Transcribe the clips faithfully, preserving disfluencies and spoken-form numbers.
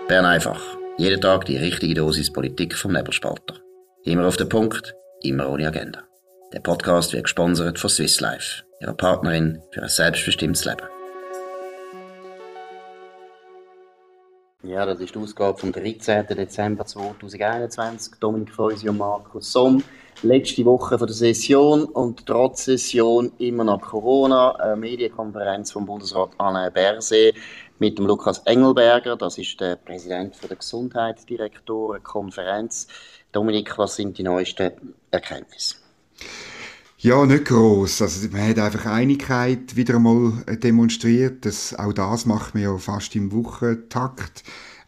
Bern einfach. Jeden Tag die richtige Dosis Politik vom Nebelspalter. Immer auf den Punkt, immer ohne Agenda. Der Podcast wird gesponsert von Swiss Life, ihrer Partnerin für ein selbstbestimmtes Leben. Ja, das ist die Ausgabe vom dreizehnten Dezember zweitausendeinundzwanzig. Dominik Feusi und Markus Somm. Letzte Woche von der Session und trotz Session immer noch Corona. Eine Medienkonferenz vom Bundesrat Alain Berset mit dem Lukas Engelberger. Das ist der Präsident der Gesundheitsdirektorenkonferenz. Dominik, was sind die neuesten Erkenntnisse? Ja, nicht gross. Also, man hat einfach Einigkeit wieder einmal demonstriert. Das, auch das macht man ja fast im Wochentakt.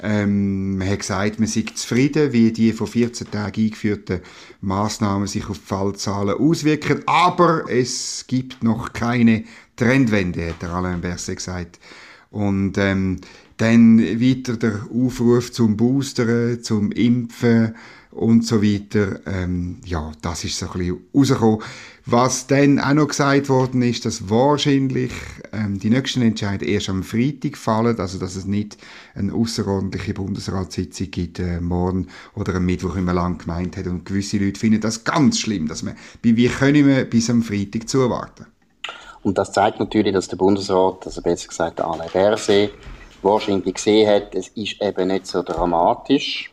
Ähm, man hat gesagt, man sei zufrieden, wie die vor vierzehn Tagen eingeführten Massnahmen sich auf die Fallzahlen auswirken. Aber es gibt noch keine Trendwende, hat der Alain Berset gesagt. Und ähm, dann weiter der Aufruf zum Boostern, zum Impfen und so weiter. Ähm, ja, das ist so ein bisschen rausgekommen. Was dann auch noch gesagt worden ist, dass wahrscheinlich ähm, die nächsten Entscheidungen erst am Freitag fallen, also dass es nicht eine außerordentliche Bundesratssitzung gibt äh, morgen oder am Mittwoch, wie man lange gemeint hat. Und gewisse Leute finden das ganz schlimm, dass man, wie können wir bis am Freitag zuwarten? Und das zeigt natürlich, dass der Bundesrat, also besser gesagt der Alain Berset, wahrscheinlich gesehen hat, es ist eben nicht so dramatisch.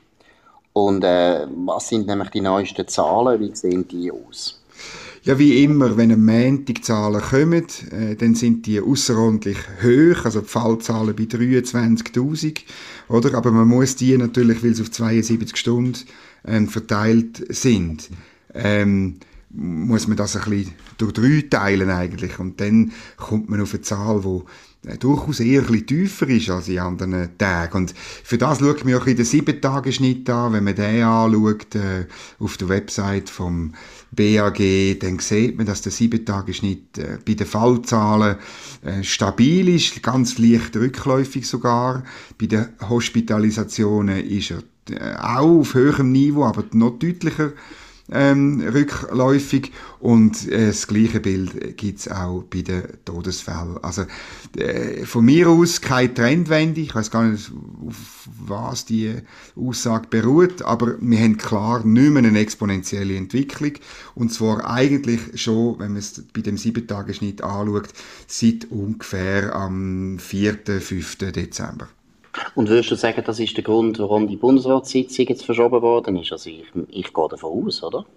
Und äh, was sind nämlich die neuesten Zahlen? Wie sehen die aus? Ja, wie immer, wenn am Montag die Zahlen kommen, äh, dann sind die ausserordentlich hoch, also die Fallzahlen bei dreiundzwanzigtausend, oder? Aber man muss die natürlich, weil sie auf zweiundsiebzig Stunden ähm, verteilt sind, ähm, muss man das ein bisschen durch drei teilen eigentlich. Und dann kommt man auf eine Zahl, die äh, durchaus eher ein bisschen tiefer ist als in anderen Tagen. Und für das schaut man auch in den sieben-Tage-Schnitt an. Wenn man den anschaut, äh, auf der Website vom B A G, dann sieht man, dass der sieben-Tage-Schnitt äh, bei den Fallzahlen äh, stabil ist, ganz leicht rückläufig sogar. Bei den Hospitalisationen ist er äh, auch auf höherem Niveau, aber noch deutlicher Ähm, rückläufig, und äh, das gleiche Bild gibt's auch bei den Todesfällen. Also äh, von mir aus keine Trendwende, ich weiß gar nicht, auf was die Aussage beruht, aber wir haben klar nicht mehr eine exponentielle Entwicklung, und zwar eigentlich schon, wenn man es bei dem sieben-Tage-Schnitt anschaut, seit ungefähr am vierten, fünften Dezember. Und würdest du sagen, das ist der Grund, warum die Bundesratssitzung jetzt verschoben worden ist? Also ich, ich gehe davon aus, oder?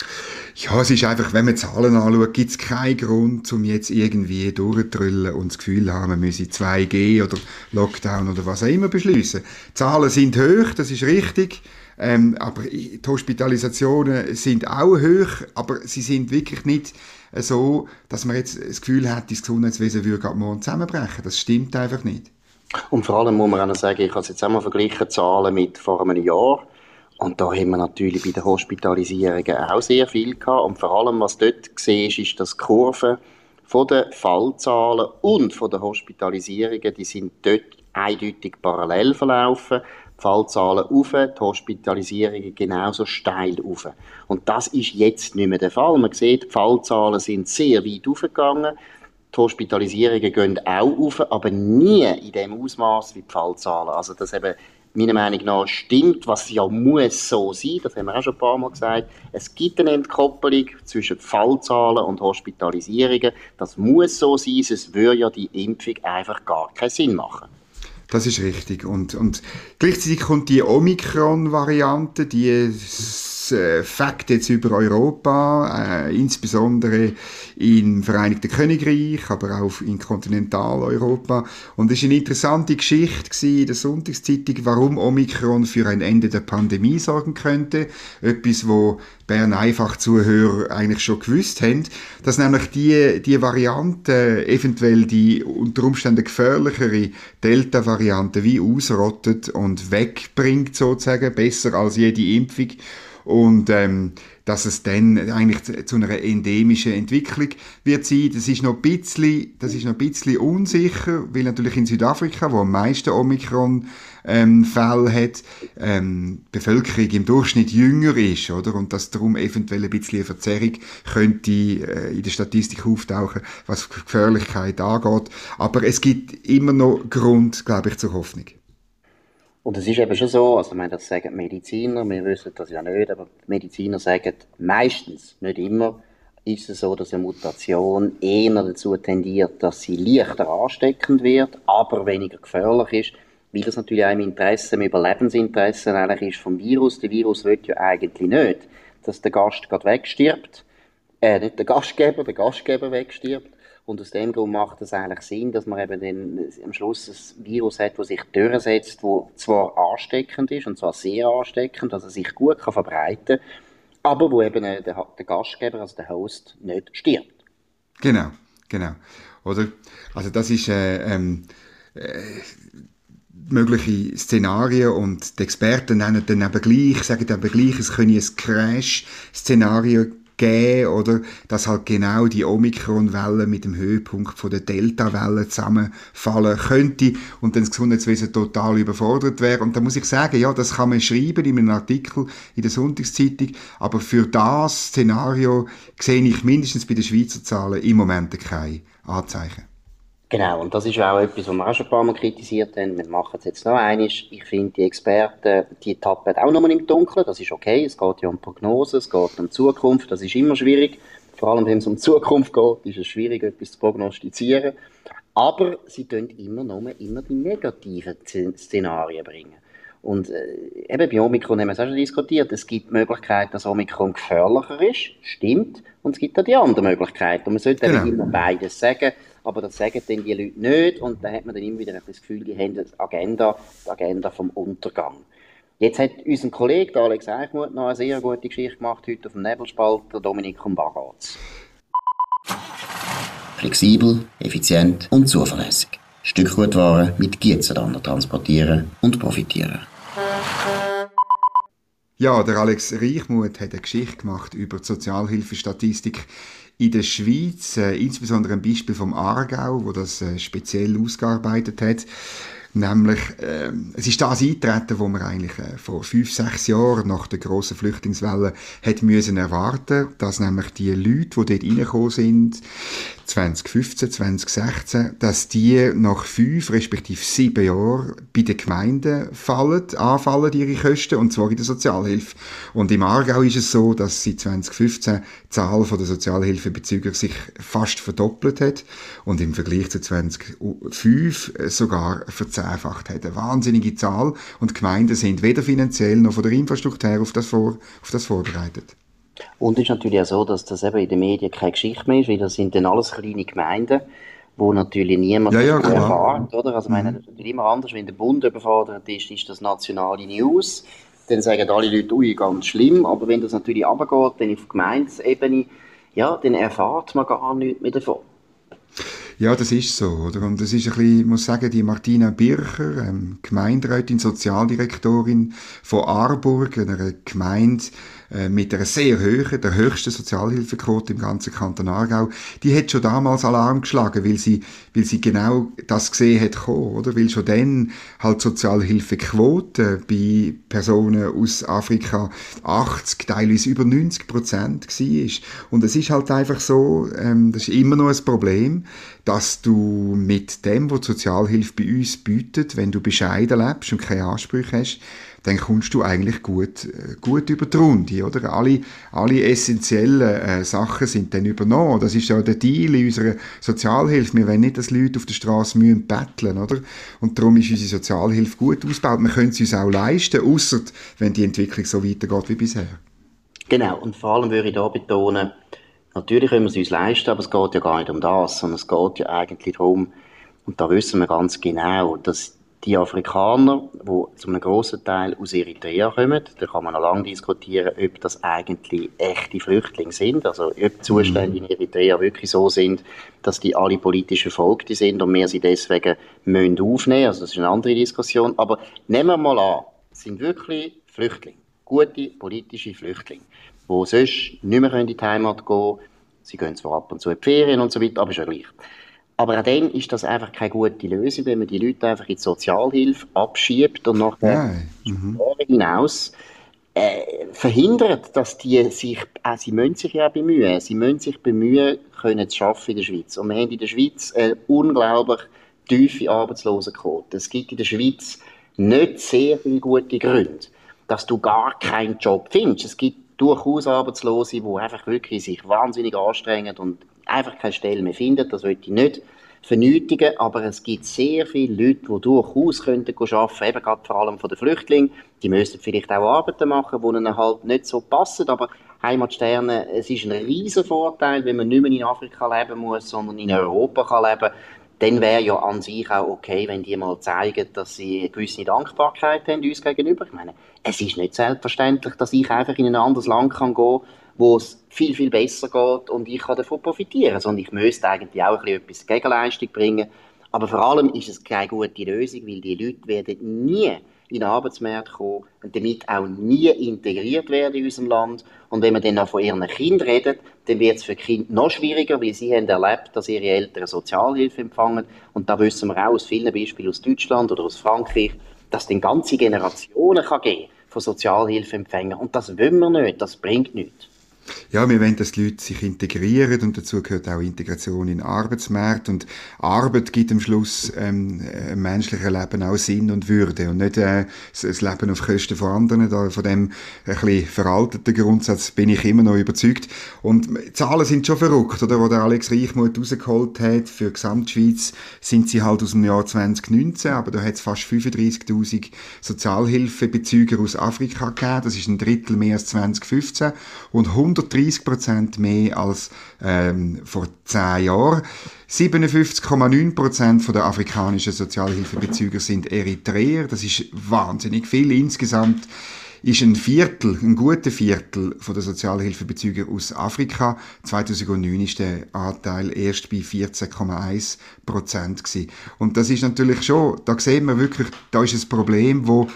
Ja, es ist einfach, wenn man Zahlen anschaut, gibt es keinen Grund, um jetzt irgendwie durchzutrüllen und das Gefühl haben, man müsse zwei G oder Lockdown oder was auch immer beschließen. Die Zahlen sind hoch, das ist richtig, ähm, aber die Hospitalisationen sind auch hoch, aber sie sind wirklich nicht so, dass man jetzt das Gefühl hat, das Gesundheitswesen würde gerade morgen zusammenbrechen. Das stimmt einfach nicht. Und vor allem muss man auch noch sagen, ich habe es jetzt einmal verglichen, Zahlen mit vor einem Jahr. Und da haben wir natürlich bei den Hospitalisierungen auch sehr viel gehabt. Und vor allem, was dort gesehen ist, ist, dass die Kurven von den Fallzahlen und von den Hospitalisierungen, die sind dort eindeutig parallel verlaufen. Die Fallzahlen rauf, die Hospitalisierungen genauso steil rauf. Und das ist jetzt nicht mehr der Fall. Man sieht, die Fallzahlen sind sehr weit raufgegangen. Die Hospitalisierungen gehen auch auf, aber nie in dem Ausmaß wie die Fallzahlen. Also das eben meiner Meinung nach stimmt, was ja muss so sein, das haben wir auch schon ein paar Mal gesagt. Es gibt eine Entkoppelung zwischen Fallzahlen und Hospitalisierungen. Das muss so sein, sonst würde ja die Impfung einfach gar keinen Sinn machen. Das ist richtig. Und, und gleichzeitig kommt die Omikron-Variante, die äh, Fakt jetzt über Europa, äh, insbesondere im Vereinigten Königreich, aber auch in Kontinentaleuropa. Und es war eine interessante Geschichte in der Sonntagszeitung, warum Omikron für ein Ende der Pandemie sorgen könnte. Etwas, wo Bern einfach Zuhörer eigentlich schon gewusst haben, dass nämlich die, die Variante eventuell die unter Umständen gefährlichere Delta-Variante wie ausrottet und wegbringt sozusagen, besser als jede Impfung. Und ähm, dass es dann eigentlich zu einer endemischen Entwicklung wird sein. Das ist noch ein bisschen, das ist noch ein bisschen unsicher, weil natürlich in Südafrika, wo am meisten Omikron ähm, Fälle hat, ähm, die Bevölkerung im Durchschnitt jünger ist, oder? Und dass darum eventuell ein bisschen eine Verzerrung könnte äh, in der Statistik auftauchen, was Gefährlichkeit angeht. Aber es gibt immer noch Grund, glaube ich, zur Hoffnung. Und es ist eben schon so, also ich meine, das sagen die Mediziner, wir wissen das ja nicht, aber die Mediziner sagen meistens, nicht immer, ist es so, dass eine Mutation eher dazu tendiert, dass sie leichter ansteckend wird, aber weniger gefährlich ist, weil das natürlich auch im Interesse, im Überlebensinteresse eigentlich ist vom Virus. Der Virus will ja eigentlich nicht, dass der Gast gerade wegstirbt, äh, nicht der Gastgeber, der Gastgeber wegstirbt. Und aus dem Grund macht es eigentlich Sinn, dass man eben dann am Schluss ein Virus hat, das sich durchsetzt, das zwar ansteckend ist, und zwar sehr ansteckend, dass es sich gut kann verbreiten kann, aber wo eben der, der Gastgeber, also der Host, nicht stirbt. Genau, genau. Oder? Also das ist äh, ähm, äh, mögliche Szenarien und die Experten nennen dann eben gleich, sagen eben gleich, es könnte ein Crash-Szenario geben, oder, dass halt genau die Omikron-Welle mit dem Höhepunkt von der Delta-Welle zusammenfallen könnte und dann das Gesundheitswesen total überfordert wäre. Und da muss ich sagen, ja, das kann man schreiben in einem Artikel in der Sonntagszeitung, aber für das Szenario sehe ich mindestens bei den Schweizer Zahlen im Moment keine Anzeichen. Genau, und das ist auch etwas, was wir auch schon ein paar Mal kritisiert haben. Wir machen es jetzt noch einmal. Ich finde, die Experten, die tappen auch nochmal im Dunkeln. Das ist okay. Es geht ja um Prognosen, es geht um Zukunft. Das ist immer schwierig. Vor allem, wenn es um die Zukunft geht, ist es schwierig, etwas zu prognostizieren. Aber sie tun immer noch mal, immer die negativen Szenarien bringen. Und äh, eben bei Omikron haben wir es auch schon diskutiert. Es gibt die Möglichkeit, dass Omikron gefährlicher ist. Stimmt. Und es gibt auch die andere Möglichkeit. Und man sollte genau. eben immer beides sagen. Aber das sagen dann die Leute nicht und dann hat man dann immer wieder das Gefühl, die haben die Agenda, die Agenda vom Untergang. Jetzt hat unser Kollege Alex Eichmuth noch eine sehr gute Geschichte gemacht, heute auf dem Nebelspalter, Dominik, um was geht's? Flexibel, effizient und zuverlässig. Stückgutware mit Gietzenlander transportieren und profitieren. Ja, der Alex Reichmuth hat eine Geschichte gemacht über die Sozialhilfestatistik in der Schweiz, äh, insbesondere ein Beispiel vom Aargau, wo das äh, speziell ausgearbeitet hat. Nämlich, äh, es ist das eingetreten, was man eigentlich äh, vor fünf, sechs Jahren nach der grossen Flüchtlingswelle hätte müssen erwarten, dass nämlich die Leute, die dort reingekommen sind, zwanzig fünfzehn, zwanzig sechzehn, dass die nach fünf respektive sieben Jahren bei den Gemeinden fallen, anfallen ihre Kosten, und zwar in der Sozialhilfe. Und im Aargau ist es so, dass seit zwanzig fünfzehn die Zahl der Sozialhilfebezüger sich fast verdoppelt hat und im Vergleich zu zwanzig fünf sogar verzehnfacht hat. Eine wahnsinnige Zahl, und die Gemeinden sind weder finanziell noch von der Infrastruktur her auf das, vor, auf das vorbereitet. Und es ist natürlich auch so, dass das eben in den Medien keine Geschichte mehr ist, weil das sind dann alles kleine Gemeinden, wo natürlich niemand ja, ja, erfährt, oder? Also, ich meine, das ist immer anders, wenn der Bund überfordert ist, ist das nationale News. Dann sagen alle Leute, ui, ganz schlimm. Aber wenn das natürlich runtergeht, dann auf Gemeindesebene, ja, dann erfährt man gar nichts mehr davon. Ja, das ist so, oder? Und das ist ein bisschen, ich muss sagen, die Martina Bircher, ähm, Gemeinderätin, Sozialdirektorin von Aarburg, einer Gemeinde äh, mit einer sehr hohen, der höchsten Sozialhilfequote im ganzen Kanton Aargau, die hat schon damals Alarm geschlagen, weil sie, weil sie genau das gesehen hat kommen, oder? Weil schon dann halt Sozialhilfequote bei Personen aus Afrika achtzig, teilweise über neunzig Prozent war. Und es ist halt einfach so, ähm, das ist immer noch ein Problem, dass du mit dem, was die Sozialhilfe bei uns bietet, wenn du bescheiden lebst und keine Ansprüche hast, dann kommst du eigentlich gut, gut über die Runde, oder? Alle, alle essentiellen äh, Sachen sind dann übernommen. Das ist ja der Deal in unserer Sozialhilfe. Wir wollen nicht, dass Leute auf der Straße müssen betteln, oder? Und darum ist unsere Sozialhilfe gut ausgebaut. Wir können es uns auch leisten, ausser wenn die Entwicklung so weitergeht wie bisher. Genau, und vor allem würde ich da betonen, natürlich können wir es uns leisten, aber es geht ja gar nicht um das, sondern es geht ja eigentlich darum, und da wissen wir ganz genau, dass die Afrikaner, die zu einem grossen Teil aus Eritrea kommen, da kann man noch lange diskutieren, ob das eigentlich echte Flüchtlinge sind, also ob die Zustände in Eritrea wirklich so sind, dass die alle politisch Verfolgte sind und wir sie deswegen müssen aufnehmen, also das ist eine andere Diskussion, aber nehmen wir mal an, es sind wirklich Flüchtlinge, gute politische Flüchtlinge, die sonst nicht mehr in die Heimat gehen können. Sie gehen zwar ab und zu in die Ferien und so weiter, aber ist ja gleich. Aber auch dann ist das einfach keine gute Lösung, wenn man die Leute einfach in die Sozialhilfe abschiebt und nachher mhm. hinaus äh, verhindert, dass die sich, äh, sie müssen sich ja bemühen, sie müssen sich bemühen, können zu arbeiten in der Schweiz. Und wir haben in der Schweiz eine unglaublich tiefe Arbeitslosenquote. Es gibt in der Schweiz nicht sehr viele gute Gründe, dass du gar keinen Job findest. Es gibt durchaus Arbeitslose, die einfach wirklich sich wahnsinnig anstrengen und einfach keine Stelle mehr finden. Das will ich nicht vernötigen, aber es gibt sehr viele Leute, die durchaus könnten arbeiten könnten, eben gerade vor allem von den Flüchtlingen. Die müssen vielleicht auch Arbeiten machen, die ihnen halt nicht so passen, aber Heimatsterne, es ist ein riesen Vorteil, wenn man nicht mehr in Afrika leben muss, sondern in Europa kann leben. Dann wäre ja an sich auch okay, wenn die mal zeigen, dass sie eine gewisse Dankbarkeit haben uns gegenüber. Ich meine, es ist nicht selbstverständlich, dass ich einfach in ein anderes Land kann gehen kann, wo es viel, viel besser geht und ich kann davon profitieren. Sondern ich müsste eigentlich auch ein bisschen etwas Gegenleistung bringen. Aber vor allem ist es keine gute Lösung, weil die Leute werden nie in den Arbeitsmarkt kommen und damit auch nie integriert werden in unserem Land. Und wenn man dann noch von ihren Kindern redet, dann wird es für die Kinder noch schwieriger, weil sie haben erlebt, dass ihre Eltern Sozialhilfe empfangen. Und da wissen wir auch aus vielen Beispielen aus Deutschland oder aus Frankreich, dass es dann ganze Generationen kann geben von Sozialhilfeempfängern. Und das wollen wir nicht, das bringt nichts. Ja, wir wollen, dass die Leute sich integrieren und dazu gehört auch Integration in den Arbeitsmarkt und Arbeit gibt am Schluss ähm, im menschlichen Leben auch Sinn und Würde und nicht äh, das Leben auf Kosten von anderen. Da, von dem ein bisschen veralteten Grundsatz bin ich immer noch überzeugt. Und die Zahlen sind schon verrückt, oder? Wo der Alex Reichmuth rausgeholt hat, für die Gesamtschweiz sind sie halt aus dem Jahr zwanzig neunzehn, aber da hat es fast fünfunddreißigtausend Sozialhilfebezüger aus Afrika gegeben. Das ist ein Drittel mehr als zwanzig fünfzehn und hundertdreissig Prozent mehr als ähm, vor zehn Jahren. siebenundfünfzig Komma neun Prozent der afrikanischen Sozialhilfebezüger sind Eritreer. Das ist wahnsinnig viel. Insgesamt ist ein Viertel, ein guter Viertel von der Sozialhilfebezüger aus Afrika. zweitausendneun ist der Anteil erst bei vierzehn Komma eins Prozent gewesen. Und das ist natürlich schon, da sehen wir wirklich, da ist ein Problem, wo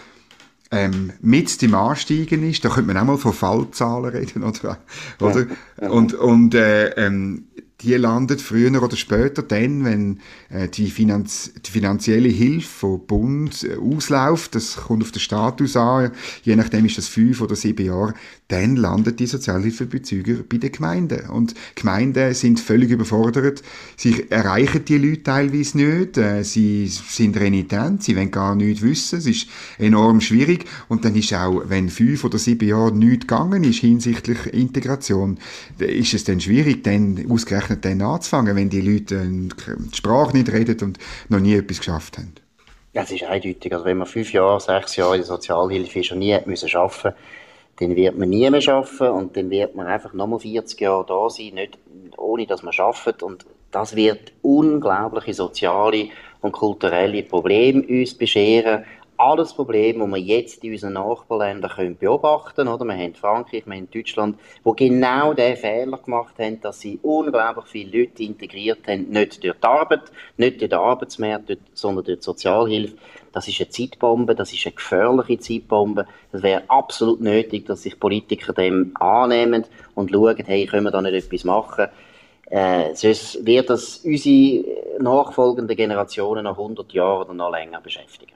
Ähm, mit dem Ansteigen ist, da könnte man auch mal von Fallzahlen reden, oder? oder? Ja, ja. Und, und äh, ähm, die landet früher oder später dann, wenn äh, die, Finanz die finanzielle Hilfe vom Bund äh, ausläuft, das kommt auf den Status an, je nachdem ist das fünf oder sieben Jahre, dann landet die Sozialhilfebezüger bei den Gemeinden. Und Gemeinden sind völlig überfordert, sie erreichen die Leute teilweise nicht, äh, sie sind renitent, sie wollen gar nichts wissen, es ist enorm schwierig und dann ist auch, wenn fünf oder sieben Jahre nichts gegangen ist hinsichtlich Integration, ist es dann schwierig, dann ausgerechnet dann anzufangen, wenn die Leute die Sprache nicht reden und noch nie etwas geschafft haben. Ja, es ist eindeutig. Also wenn man fünf Jahre, sechs Jahre in der Sozialhilfe ist und nie müssen arbeiten, dann wird man nie mehr arbeiten und dann wird man einfach nochmal vierzig Jahre da sein, nicht, ohne dass man arbeitet. Und das wird unglaubliche soziale und kulturelle Probleme uns bescheren. Alles Probleme, die wir jetzt in unseren Nachbarländern beobachten können. Oder? Wir haben Frankreich, wir haben Deutschland, die genau den Fehler gemacht haben, dass sie unglaublich viele Leute integriert haben, nicht durch die Arbeit, nicht durch den Arbeitsmarkt, sondern durch die Sozialhilfe. Das ist eine Zeitbombe, das ist eine gefährliche Zeitbombe. Es wäre absolut nötig, dass sich Politiker dem annehmen und schauen, hey, können wir da nicht etwas machen? Äh, sonst wird das unsere nachfolgenden Generationen noch hundert Jahre oder noch länger beschäftigen.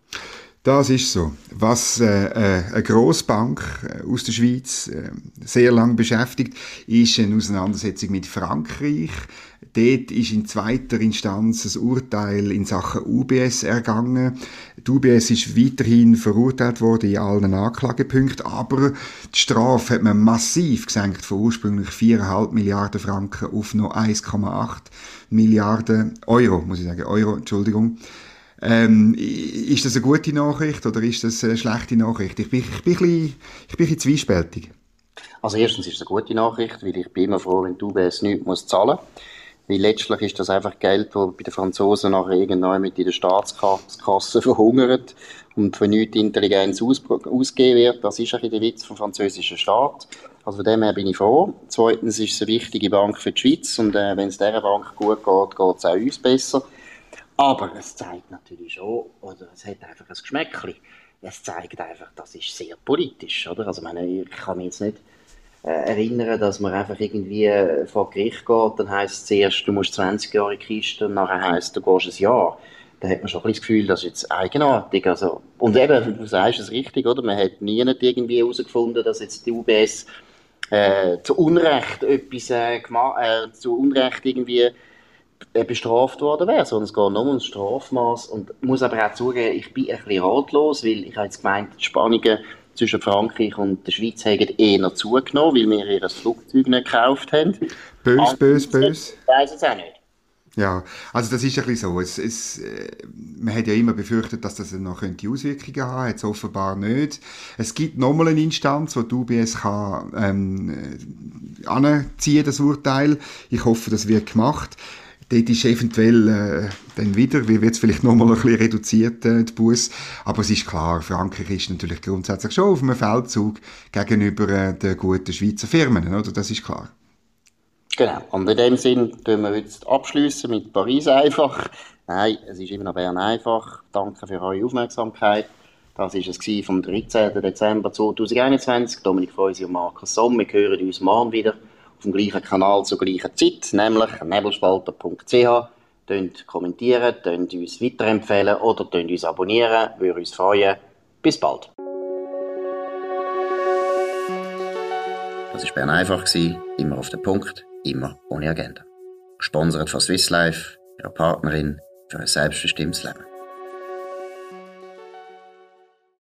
Das ist so. Was äh, äh, eine Grossbank äh, aus der Schweiz äh, sehr lang beschäftigt, ist eine Auseinandersetzung mit Frankreich. Dort ist in zweiter Instanz ein Urteil in Sachen U B S ergangen. Die U B S ist weiterhin verurteilt worden in allen Anklagepunkten, aber die Strafe hat man massiv gesenkt, von ursprünglich vier Komma fünf Milliarden Franken auf noch eins Komma acht Milliarden Euro, muss ich sagen, Euro, Entschuldigung. Ähm, ist das eine gute Nachricht oder ist das eine schlechte Nachricht? Ich bin, ich bin, ein, bisschen, ich bin ein bisschen zwiespältig. Also erstens ist es eine gute Nachricht, weil ich bin immer froh, wenn die U B S nichts muss zahlen muss. Weil letztlich ist das einfach Geld, das bei den Franzosen nachher irgendwann mit in der Staatskasse verhungert und für nichts Intelligenz aus, ausgegeben wird. Das ist ein bisschen der Witz vom französischen Staat. Also von dem her bin ich froh. Zweitens ist es eine wichtige Bank für die Schweiz und äh, wenn es dieser Bank gut geht, geht es auch uns besser. Aber es zeigt natürlich schon, oder es hat einfach ein Geschmäckchen. Es zeigt einfach, das ist sehr politisch, oder? Also, ich meine, ich kann mich jetzt nicht äh, erinnern, dass man einfach irgendwie äh, vor Gericht geht, dann heisst es zuerst, du musst zwanzig Jahre in die Kiste und nachher heisst, du gehst ein Jahr. Da hat man schon ein bisschen das Gefühl, das ist jetzt eigenartig. Also, und eben, du sagst es richtig, oder? Man hat nie nicht irgendwie herausgefunden, dass jetzt die U B S äh, zu Unrecht etwas äh, gemacht, äh, zu Unrecht irgendwie bestraft worden wäre, sondern es geht nur ums Strafmaß. Und ich muss aber auch zugeben, ich bin ein bisschen ratlos, weil ich habe jetzt gemeint, die Spannungen zwischen Frankreich und der Schweiz haben eher zugenommen, weil wir ihr Flugzeug nicht gekauft haben. Bös, bös, bös. Ich weiss es auch nicht. Ja, also das ist ein bisschen so. Es, es, äh, man hat ja immer befürchtet, dass das noch könnte Auswirkungen haben, hat es offenbar nicht. Es gibt nochmal eine Instanz, wo die U B S kann ähm, äh, anziehen, das Urteil. Ich hoffe, das wird gemacht. Dort ist eventuell äh, dann wieder, wie wird es vielleicht nochmal ein bisschen reduziert, äh, die Busse. Aber es ist klar, Frankreich ist natürlich grundsätzlich schon auf einem Feldzug gegenüber äh, den guten Schweizer Firmen, oder? Das ist klar. Genau. Und in dem Sinn tun wir jetzt abschliessen mit Paris einfach. Nein, es ist immer noch Bern einfach. Danke für eure Aufmerksamkeit. Das war es vom dreizehnten Dezember zweitausendeinundzwanzig. Dominik Feusi und Markus Somm. Wir hören uns morgen wieder auf dem gleichen Kanal zur gleichen Zeit, nämlich nebelspalter punkt c h. Tönt kommentieren, tönt uns weiterempfehlen oder tönt uns abonnieren. Wir würden uns freuen. Bis bald. Das war Bern einfach, immer auf den Punkt, immer ohne Agenda. Gesponsert von Swiss Life, ihrer Partnerin für ein selbstbestimmtes Leben.